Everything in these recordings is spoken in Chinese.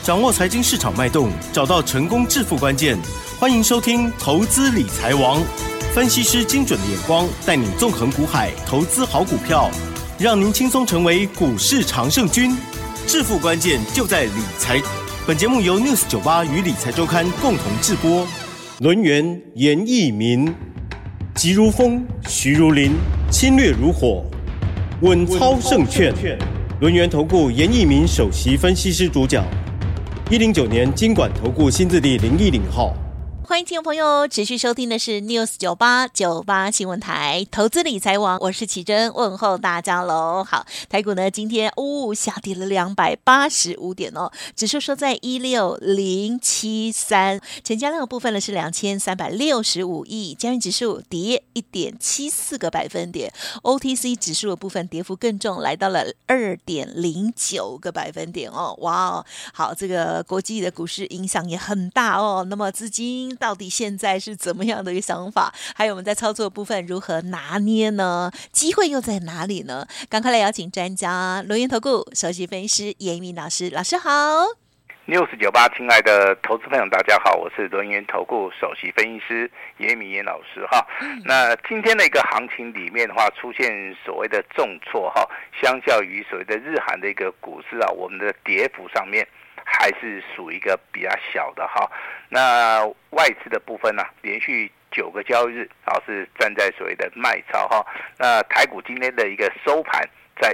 掌握财经市场脉动，找到成功致富关键。欢迎收听《投资理财王》，分析师精准的眼光，带你纵横股海，投资好股票，让您轻松成为股市常胜军。致富关键就在理财。本节目由 News 98与理财周刊共同制播。轮源严义民，急如风，徐如林，侵略如火，稳操胜券。轮源投顾严义民首席分析师主讲，109年金管投顾新字第010号。 欢迎听众朋友持续收听的是 News 98新闻台投资理财网，我是奇珍，问候大家喽。好，台股呢今天下跌了285点哦，指数收在16073，成交量的部分呢是2365亿，加元指数跌1.74个百分点 ，OTC 指数的部分跌幅更重，来到了2.09个百分点哦。哇哦，好，这个国际的股市影响也很大哦。那么资金到底现在是怎么样的一个想法？还有我们在操作的部分如何拿捏呢？机会又在哪里呢？赶快来邀请专家轮源投顾首席分析师严义民老师，老师好。 News 98，亲爱的投资朋友，大家好，我是轮源投顾首席分析师严义民老师哈。那今天的一个行情里面的话，出现所谓的重挫哈，相较于所谓的日韩的一个股市啊，我们的跌幅上面还是属于一个比较小的哈。那外资的部分呢，连续9个交易日是站在所谓的卖超哈。那台股今天的一个收盘在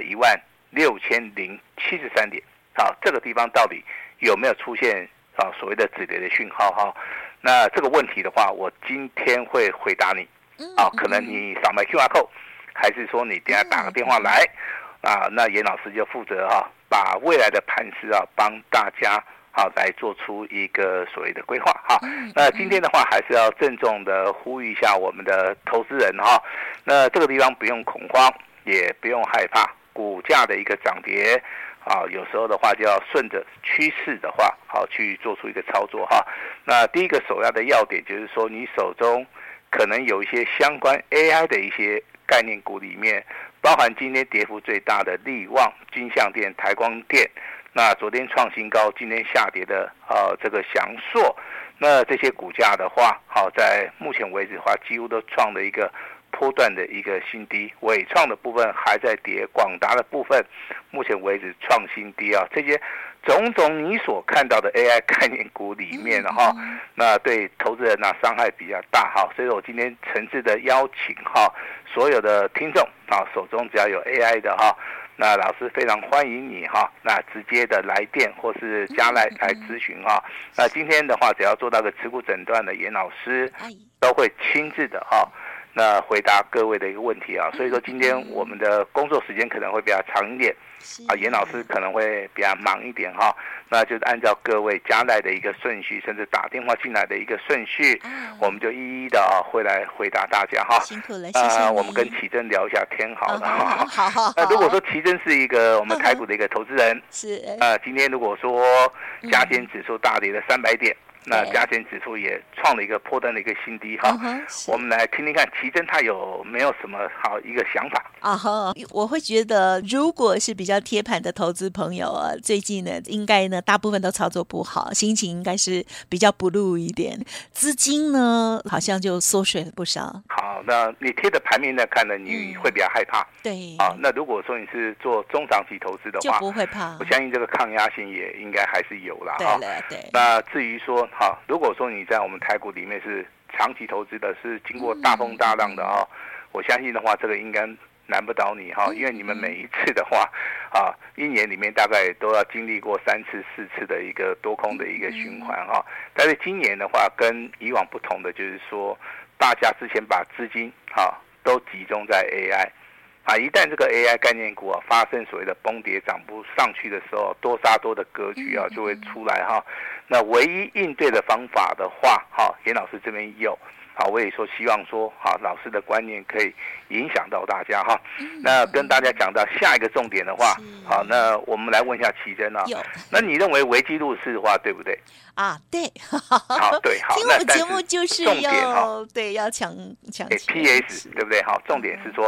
16073点，好，这个地方到底有没有出现所谓的止跌的讯号哈？那这个问题的话，我今天会回答你可能你扫描 QR code， 还是说你等一下打个电话来那严老师就负责把未来的盘势帮大家来做出一个所谓的规划哈。那今天的话还是要郑重的呼吁一下我们的投资人哈。那这个地方不用恐慌，也不用害怕股价的一个涨跌有时候的话就要顺着趋势的话去做出一个操作哈。那第一个首要的要点就是说，你手中可能有一些相关 AI 的一些概念股里面，包含今天跌幅最大的力旺、金像电、台光电，那昨天创新高，今天下跌的这个祥硕，那这些股价的话在目前为止的话几乎都创了一个波段的一个新低，伟创的部分还在跌，广达的部分目前为止创新低这些种种你所看到的 AI 概念股里面那对投资人伤害比较大所以我今天诚挚的邀请所有的听众手中只要有 AI 的那老师非常欢迎你那直接的来电或是加来咨询那今天的话只要做到个持股诊断的严老师都会亲自的那回答各位的一个问题所以说今天我们的工作时间可能会比较长一点严老师可能会比较忙一点那就是按照各位加来的一个顺序，甚至打电话进来的一个顺序我们就一一的会来回答大家辛苦了，谢谢你。 我们跟奇珍聊一下天好了好。 那如果说奇珍是一个我们台股的一个投资人是今天如果说加权指数大跌了300点那加权指数也创了一个波段的一个新低我们来听听看奇珍他有没有什么好一个想法我会觉得如果是比较贴盘的投资朋友最近呢应该呢大部分都操作不好，心情应该是比较不入一点，资金呢好像就缩水了不少。 好，那你贴着盘面来看呢，你会比较害怕对那如果说你是做中长期投资的话， 就不会怕， 我相信这个抗压性也应该还是有啦对那至于说如果说你在我们台股里面是长期投资的，是经过大风大浪的我相信的话这个应该难不倒你因为你们每一次的话一年里面大概都要经历过3次4次的一个多空的一个循环但是今年的话跟以往不同的就是说，大家之前把资金都集中在 AI一旦这个 AI 概念股发生所谓的崩跌涨不上去的时候，多杀多的格局就会出来那唯一应对的方法的话严老师这边有我也说希望说老师的观念可以影响到大家那跟大家讲到下一个重点的话那我们来问一下奇珍那你认为危机入市的话对不对对对听我节目就是要对要强 PS 对不对重点是说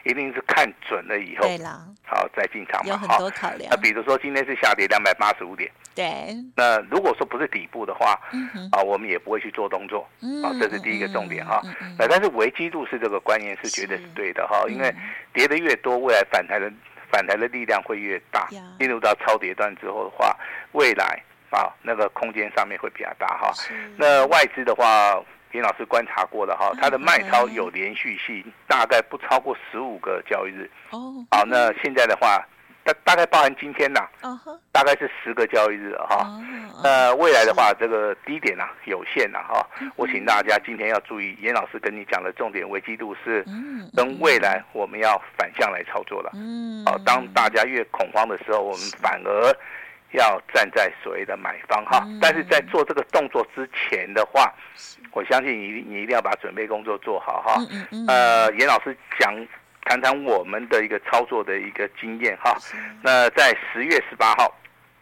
一定是看准了以后， 对啦， 好再进场嘛， 有很多考量。 那比如说今天是下跌285点， 对， 那如果说不是底部的话，我们也不会去做动作，这是第一个重点哈。但是危机度是这个观念是绝对是对的哈，因为跌得越多，未来反弹的力量会越大，进入到超跌段之后的话，未来那个空间上面会比较大哈。那外资的话，林老师观察过了哈，它的卖超有连续性，大概不超过15个交易日。好，那现在的话，大概包含今天呐，大概是10个交易日了哈。未来的话，这个低点有限哈。我请大家今天要注意，严老师跟你讲的重点危机度是，跟未来我们要反向来操作了。当大家越恐慌的时候，我们反而要站在所谓的买方哈。但是在做这个动作之前的话，我相信你一定要把准备工作做好哈。严老师谈谈我们的一个操作的一个经验哈。那在10月18号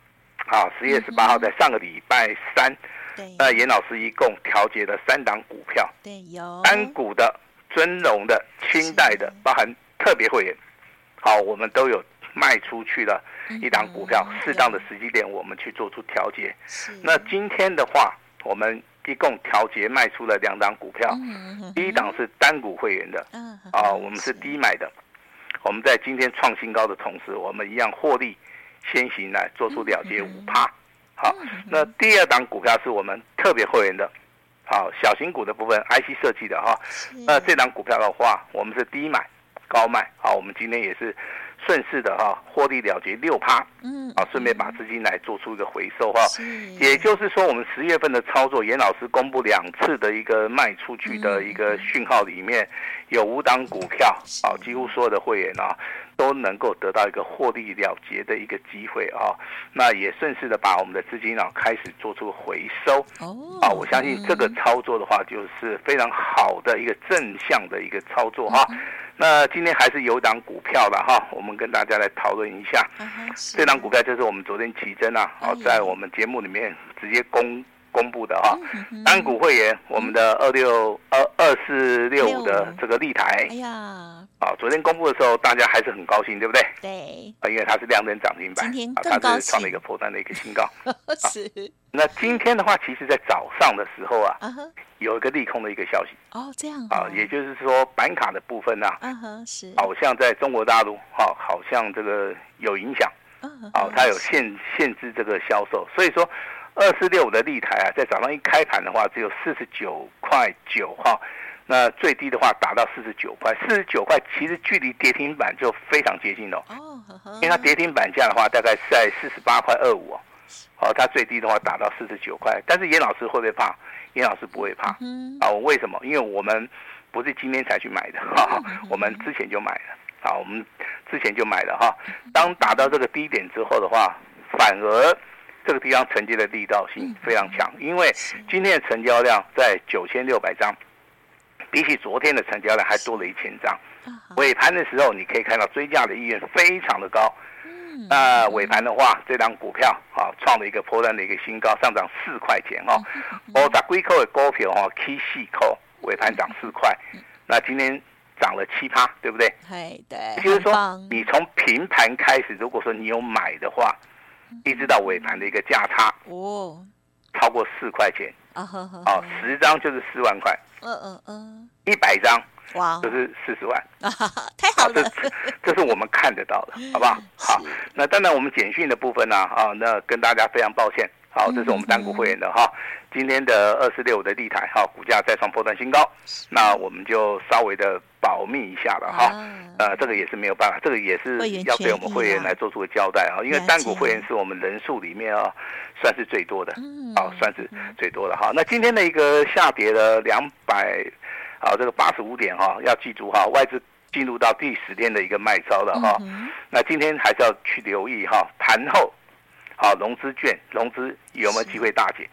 ，10月18号在上个礼拜三，严老师一共调节了3档股票， 对，有单股的、尊荣的、清代的，包含特别会员，好，我们都有卖出去了一档股票，适当的时机点我们去做出调节。那今天的话，我们一共调节卖出了2档股票，第一档是单股会员的，我们是低买的，我们在今天创新高的同时，我们一样获利先行来做出了结5%。好，那第二档股票是我们特别会员的，好，小型股的部分 IC 设计的哈。那这档股票的话，我们是低买高卖，好，我们今天也是顺势的获利了结6%，顺便把资金来做出一个回收哈。也就是说，我们10月份的操作，严老师公布2次的一个卖出去的一个讯号里面，有5档股票，几乎所有的会员都能够得到一个获利了结的一个机会那也顺势的把我们的资金开始做出回收我相信这个操作的话，就是非常好的一个正向的一个操作哈。那今天还是有档股票了哈，我们跟大家来讨论一下。这档股票就是我们昨天奇珍在我们节目里面直接公布的哈。单股会员，我们的2465的这个立台，昨天公布的时候大家还是很高兴，对不对？ 对， 因为它是亮灯涨停板，它是创了一个波段的一个新高。 是。 那今天的话，其实在早上的时候有一个利空的一个消息。 这样也就是说板卡的部分是， 好像在中国大陆好像这个有影响，它有限制这个销售，所以说2465的立台在早上一开盘的话，只有49.9块那最低的话达到49块，49块其实距离跌停板就非常接近了因为它跌停板价的话大概是在48.25块它最低的话达到49块，但是严老师会不会怕？严老师不会怕为什么？因为我们不是今天才去买的我们之前就买了我们之前就买了当达到这个低点之后的话，反而这个地方承接的力道性非常强，因为今天的成交量在9600张，比起昨天的成交量还多了1000张。尾盘的时候你可以看到追价的意愿非常的高。那尾盘的话，这档股票创了一个波段的一个新高，上涨4块钱50几块的股票起4块，尾盘涨4块，那今天涨了7%，对不对？ 对， 也就是说，你从平盘开始，如果说你有买的话，一直到尾盘的一个价差超过4块钱，10张就是4万块，100张就是40万， 太好了， 这是我们看得到的，好不好？好，那当然我们简讯的部分那跟大家非常抱歉，这是我们单股会员的今天的2465的立台股价再创波段新高，那我们就稍微的保密一下了这个也是没有办法，这个也是要对我们会员来做出个交代因为单股会员是我们人数里面算是最多的，算是最多的那今天的一个下跌了200。这个85点要记住外资进入到第10天的一个卖超了那今天还是要去留意盘后融资券融资有没有机会大减？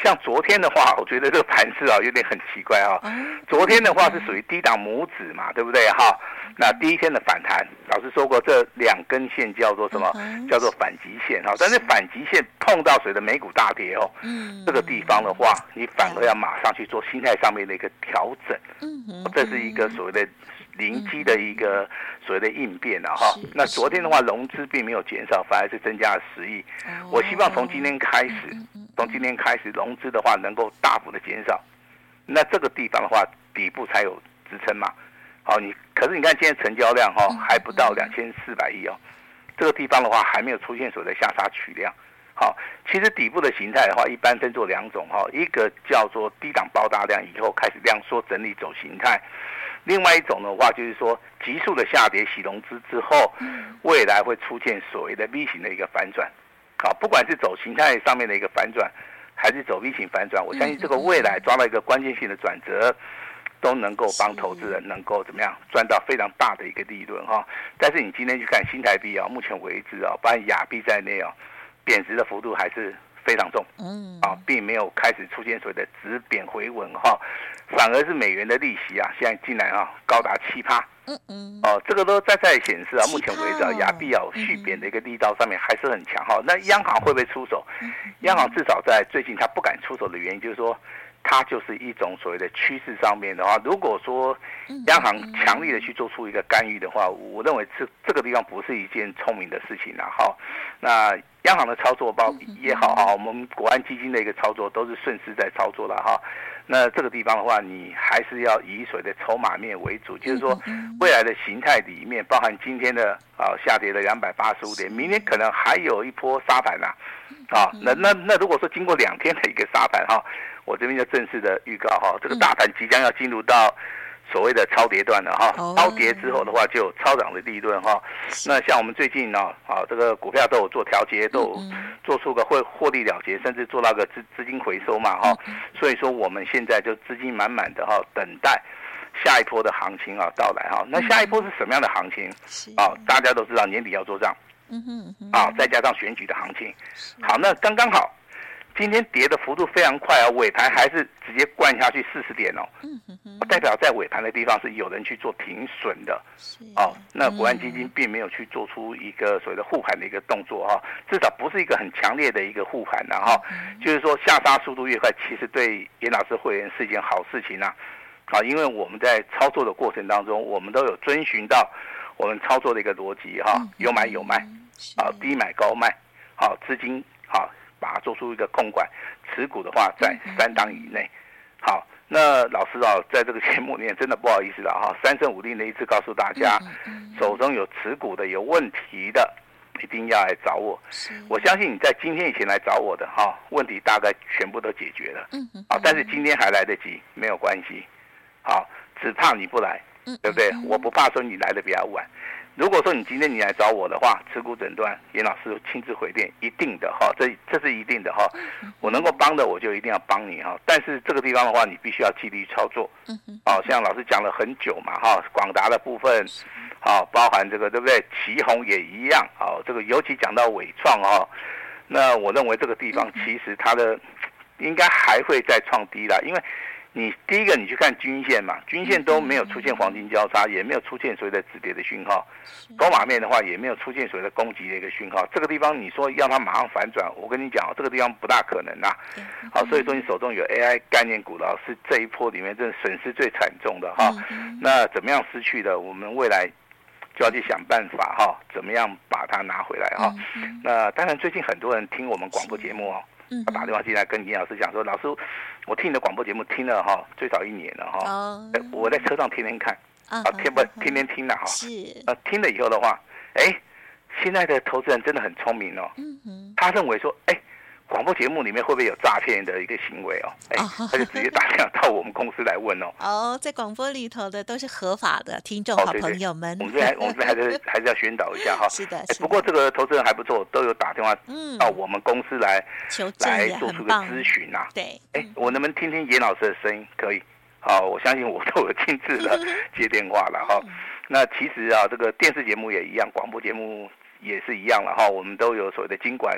像昨天的话，我觉得这个盘势有点很奇怪昨天的话是属于低档拇指嘛，对不对那第一天的反弹，老师说过，这2根线叫做什么？叫做反击线但是反击线碰到谁的美股大跌这个地方的话，你反而要马上去做心态上面的一个调整。这是一个所谓的临机的一个所谓的应变那昨天的话，融资并没有减少，反而是增加了10亿。我希望从今天开始，融资的话能够大幅的减少。那这个地方的话，底部才有支撑嘛。可是你看今天成交量还不到2400亿这个地方的话还没有出现所谓的下杀取量。其实底部的形态的话，一般分作2种一个叫做低档爆大量以后开始量缩整理走形态，另外一种的话就是说急速的下跌洗融资之后，未来会出现所谓的 V 型的一个反转。不管是走形态上面的一个反转，还是走 V 型反转，我相信这个未来抓到一个关键性的转折，都能够帮投资人能够怎么样赚到非常大的一个利润但是你今天去看新台币目前为止包含亚币在内贬值的幅度还是非常重并没有开始出现所谓的止贬回稳反而是美元的利息现在竟然高达7%。这个都在显示目前为止亚币续贬的一个力道上面还是很强那央行会不会出手？央行至少在最近他不敢出手的原因就是说，它就是一种所谓的趋势上面的话，如果说央行强力的去做出一个干预的话，我认为这个地方不是一件聪明的事情那央行的操作也好我们国安基金的一个操作都是顺势在操作了那这个地方的话，你还是要以所谓的筹码面为主，就是说未来的形态里面，包含今天的下跌的285点，明天可能还有一波杀盘那如果说经过2天的一个杀盘我这边就正式的预告这个大盘即将要进入到所谓的超跌段了超跌之后的话就有超涨的利润那像我们最近这个股票都有做调节，都有做出个获利了结，甚至做到个资金回收嘛所以说我们现在就资金满满的等待下一波的行情到来那下一波是什么样的行情大家都知道年底要做账再加上选举的行情那刚刚好今天跌的幅度非常快尾盘还是直接灌下去40点代表在尾盘的地方是有人去做停损的那国安基金并没有去做出一个所谓的护盘的一个动作至少不是一个很强烈的一个护盘就是说下杀速度越快，其实对严老师会员是一件好事情因为我们在操作的过程当中，我们都有遵循到我们操作的一个逻辑有买有卖低买高卖资金把它做出一个控管，持股的话在3档以内那老师在这个节目里面真的不好意思了3胜5令的一次告诉大家，手中有持股的有问题的一定要来找我。我相信你在今天以前来找我的问题大概全部都解决了但是今天还来得及，没有关系只怕你不来，对不对？我不怕说你来的比较晚。如果说你今天你来找我的话，持股诊断严老师亲自回电，一定的这是一定的我能够帮的我就一定要帮你但是这个地方的话，你必须要纪律操作像老师讲了很久嘛广达的部分包含这个对不对？奇鋐也一样这个尤其讲到伟创那我认为这个地方其实它的应该还会再创低啦，因为你第一个你去看均线嘛，均线都没有出现黄金交叉，也没有出现所谓的止跌的讯号，筹码面的话也没有出现所谓的攻击的一个讯号，这个地方你说要它马上反转，我跟你讲这个地方不大可能所以说你手中有 AI 概念股的是这一波里面真的损失最惨重的那怎么样失去的，我们未来就要去想办法怎么样把它拿回来那当然最近很多人听我们广播节目打电话进来跟严老师讲说，老师我听你的广播节目听了最少1年了我在车上天天看天天听了听了以后的话现在的投资人真的很聪明他认为说广播节目里面会不会有诈骗的一个行为他就直接打电话到我们公司来问在广播里头的都是合法的听众好朋友们我们这还是要宣导一下是的不过这个投资人还不错，都有打电话到我们公司来求证来做出个咨询对我能不能听听严老师的声音？可以我相信我都有亲自的接电话了那其实这个电视节目也一样，广播节目也是一样了我们都有所谓的金管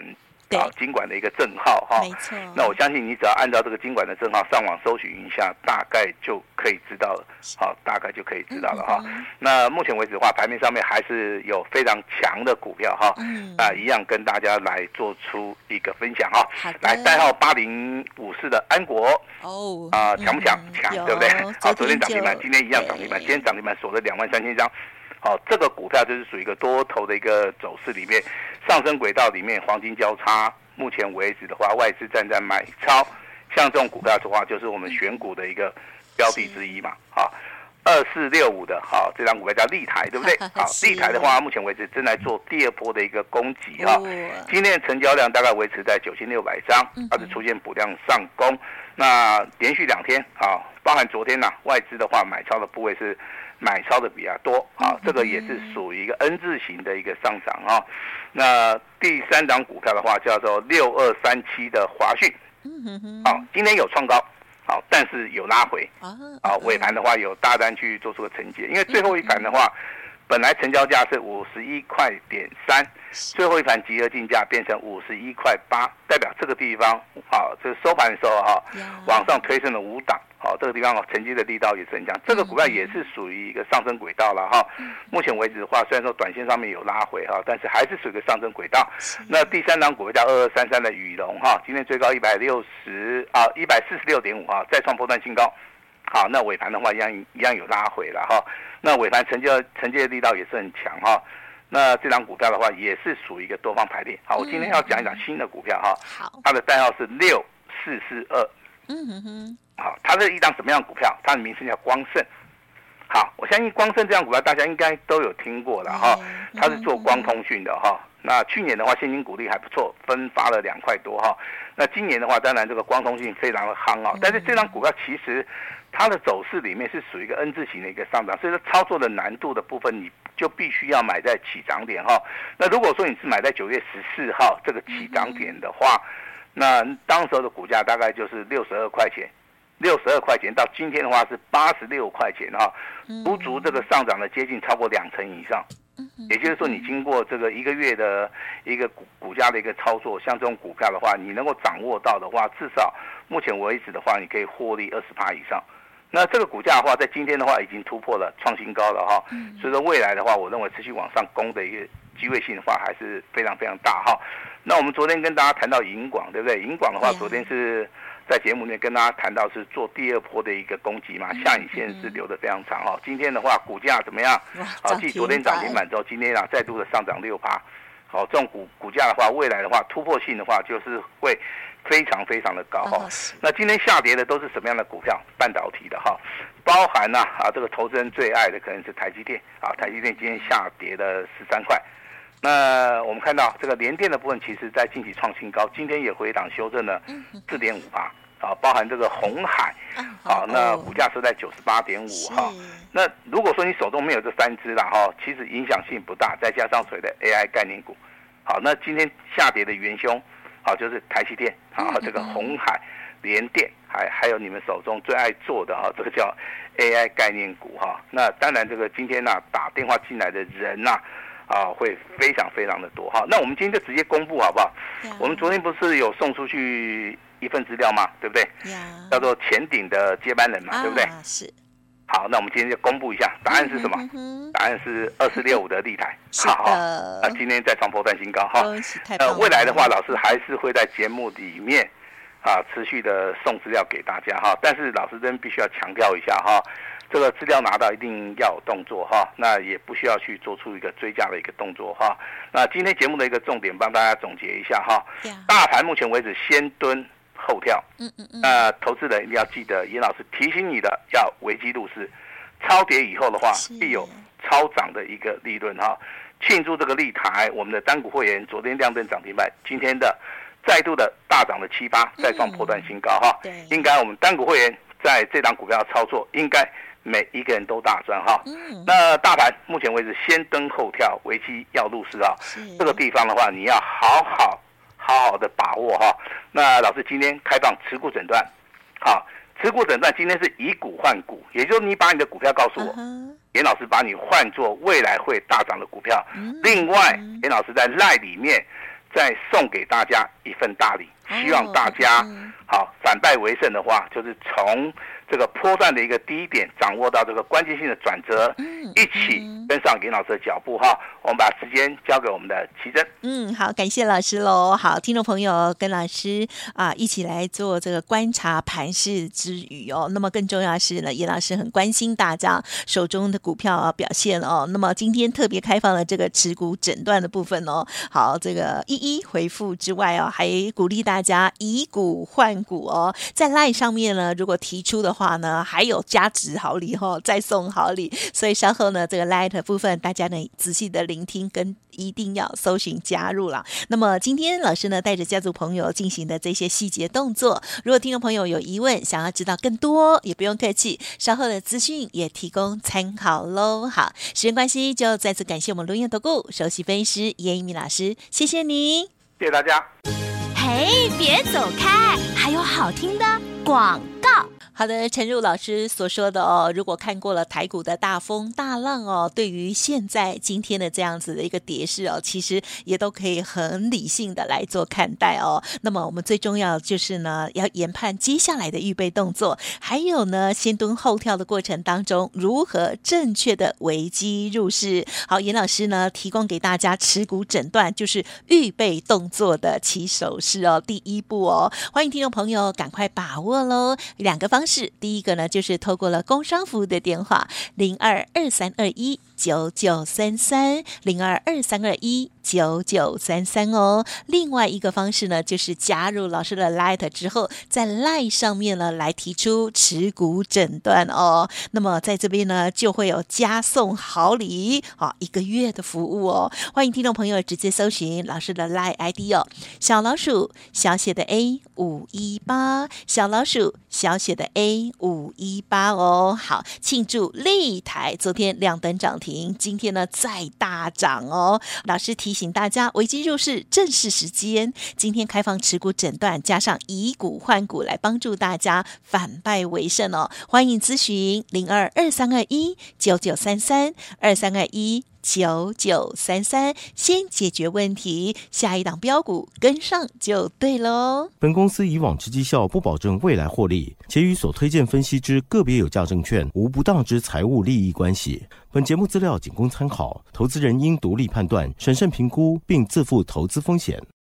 金管的一个证号哈。 没错。 那我相信你只要按照这个金管的证号上网搜寻一下，大概就可以知道了。好，大概就可以知道了哈。那目前为止的话，盘面上面还是有非常强的股票哈。一样跟大家来做出一个分享哈。来，代号8054的安国强不强？强，对不对？好，昨天涨停板，今天一样涨停板，今天涨停板锁了23000张。好，这个股票就是属于一个多头的一个走势里面，上升轨道里面黄金交叉。目前为止的话，外资站在买超，像这种股票的话，就是我们选股的一个标的之一嘛。好，2465的，好，这张股票叫立台，对不对？好，立台的话，目前为止正在做第二波的一个攻击哈。今天的成交量大概维持在9600张，它是出现补量上攻。那连续2天，好，包含昨天外资的话买超的部位是买超的比较多，好，这个也是属于一个 N 字形的一个上涨啊。那第3档股票的话叫做6237的华讯，好，今天有创高，好，但是有拉回，尾盘的話有大单去做出个承接，因为最后一盘的话，本来成交价是51.3塊，最后一盘集合竞价变成51.8塊，代表这个地方这个收盘的时候往上推升了5档，这个地方承接的力道也是很强，这个股票也是属于一个上升轨道了哈。目前为止的话，虽然说短线上面有拉回但是还是属于一个上升轨道。那第3档股票叫2233的宇龙今天最高146.5再创波段新高。好，那尾盘的话一样有拉回了哈。那尾盘承接的力道也是很强哈。那这张股票的话也是属于一个多方排列。好，我今天要讲一讲新的股票哈。好，它的代号是6442。好，它是一档什么样的股票？它的名称叫光盛。好，我相信光盛这样股票大家应该都有听过了哈。它是做光通讯的哈。那去年的话现金股利还不错，分发了2塊多哈。那今年的话，当然这个光通讯非常的夯但是这张股票其实它的走势里面是属于一个 N 字形的一个上涨，所以说操作的难度的部分，你就必须要买在起涨点哈。那如果说你是买在9月14号这个起涨点的话，那当时候的股价大概就是62塊錢。62塊錢到今天的话是86塊錢哈，足这个上涨的接近超过2成以上。也就是说，你经过这个1个月的一个股价的一个操作，像这种股票的话，你能够掌握到的话，至少目前为止的话，你可以获利20%以上。那这个股价的话，在今天的话已经突破了创新高了哈，所以说未来的话，我认为持续往上攻的一个机会性的话，还是非常非常大哈。那我们昨天跟大家谈到银广，对不对？银广的话，昨天是在节目里面跟大家谈到是做第2波的一个攻击嘛，下影线是留得非常长哈。今天的话，股价怎么样？继昨天涨停板之后，今天再度的上涨6%。好，这种股价的话，未来的话突破性的话，就是会非常非常的高哈。那今天下跌的都是什么样的股票？半导体的哈，包含这个投资人最爱的可能是台积电台积电今天下跌了13塊。那我们看到这个联电的部分，其实在近期创新高，今天也回档修正了4.5%包含这个鸿海那股价是在98.5哈。那如果说你手中没有这3只啦其实影响性不大，再加上所谓的 AI 概念股，好，那今天下跌的元凶就是台积电这个鸿海、联电，还有你们手中最爱做的这个叫 AI 概念股那当然这个今天打电话进来的人会非常非常的多那我们今天就直接公布好不好？我们昨天不是有送出去一份资料吗？对不对？叫做前顶的接班人嘛，对不对？ 是。 好，那我们今天就公布一下，答案是什么？答案是2465的立台。 好， 今天再创波段新高未来的话，老师还是会在节目里面持续的送资料给大家但是老师真必须要强调一下这个资料拿到一定要有动作那也不需要去做出一个追加的一个动作那今天节目的一个重点帮大家总结一下大盘目前为止先蹲后跳，那投资人一定要记得严老师提醒你的，要危机入市，超跌以后的话必有超涨的一个利润庆祝这个立台，我们的单股会员昨天亮灯涨停板，今天的再度的大涨了7%，再创波段新高应该我们单股会员在这档股票操作，应该每一个人都大赚那大盘目前为止先蹲后跳，危机要入市这个地方的话，你要好好的把握那老师今天开放持股诊断，持股诊断今天是以股换股，也就是你把你的股票告诉我，严老师把你换作未来会大涨的股票。另外，严老师在 LINE 里面再送给大家一份大礼，希望大家好反败为胜的话，就是从这个波段的一个低点掌握到这个关键性的转折，一起跟上严老师的脚步哈。我们把时间交给我们的奇珍。 好，感谢老师喽。好，听众朋友跟老师一起来做这个观察盘势之余哦。那么更重要的是呢，严老师很关心大家手中的股票表现哦。那么今天特别开放了这个持股诊断的部分哦。好，这个一一回复之外哦，还鼓励大家以股换股哦。在 LINE 上面呢，如果提出的话呢，还有加值好礼哦，再送好礼。所以稍后呢，这个 LINE 的部分大家呢仔细的聆听跟一定要搜寻加入了。那么今天老师呢带着家族朋友进行的这些细节动作，如果听众朋友有疑问，想要知道更多，也不用客气，稍后的资讯也提供参考咯。好，时间关系，就再次感谢我们轮研投顾首席分析师严一鸣老师，谢谢你， 谢谢大家。 嘿，别走开，还有好听的广告。 好的，陈如老师所说的哦，如果看过了台股的大风大浪哦，对于现在今天的这样子的一个跌势哦，其实也都可以很理性的来做看待哦。那么我们最重要就是呢，要研判接下来的预备动作，还有呢，先蹲后跳的过程当中，如何正确的危机入市。好，严老师呢提供给大家持股诊断，就是预备动作的起手式哦，第一步哦，欢迎听众朋友赶快把握咯。两个方式。第一个呢，就是透过了工商服务的电话02232199330223219933哦。另外一个方式呢，就是加入老师的 LINE 之后，在 LINE 上面呢来提出持股诊断哦。那么在这边呢，就会有加送好礼1个月的服务哦。欢迎听众朋友直接搜寻老师的 LINE ID 哦，小老鼠小写的 A518，小老鼠小写的 A518哦。好，庆祝立台昨天亮灯涨停，今天呢再大涨哦。老师提醒大家，危机入市正是时间，今天开放持股诊断，加上以股换股来帮助大家反败为胜哦。欢迎咨询022321993323219933，先解决问题，下一档标股跟上就对咯。 本公司以往之绩效不保证未来获利，且与所推荐分析之个别有价证券无不当之财务利益关系。本节目资料仅供参考，投资人应独立判断、审慎评估，并自负投资风险。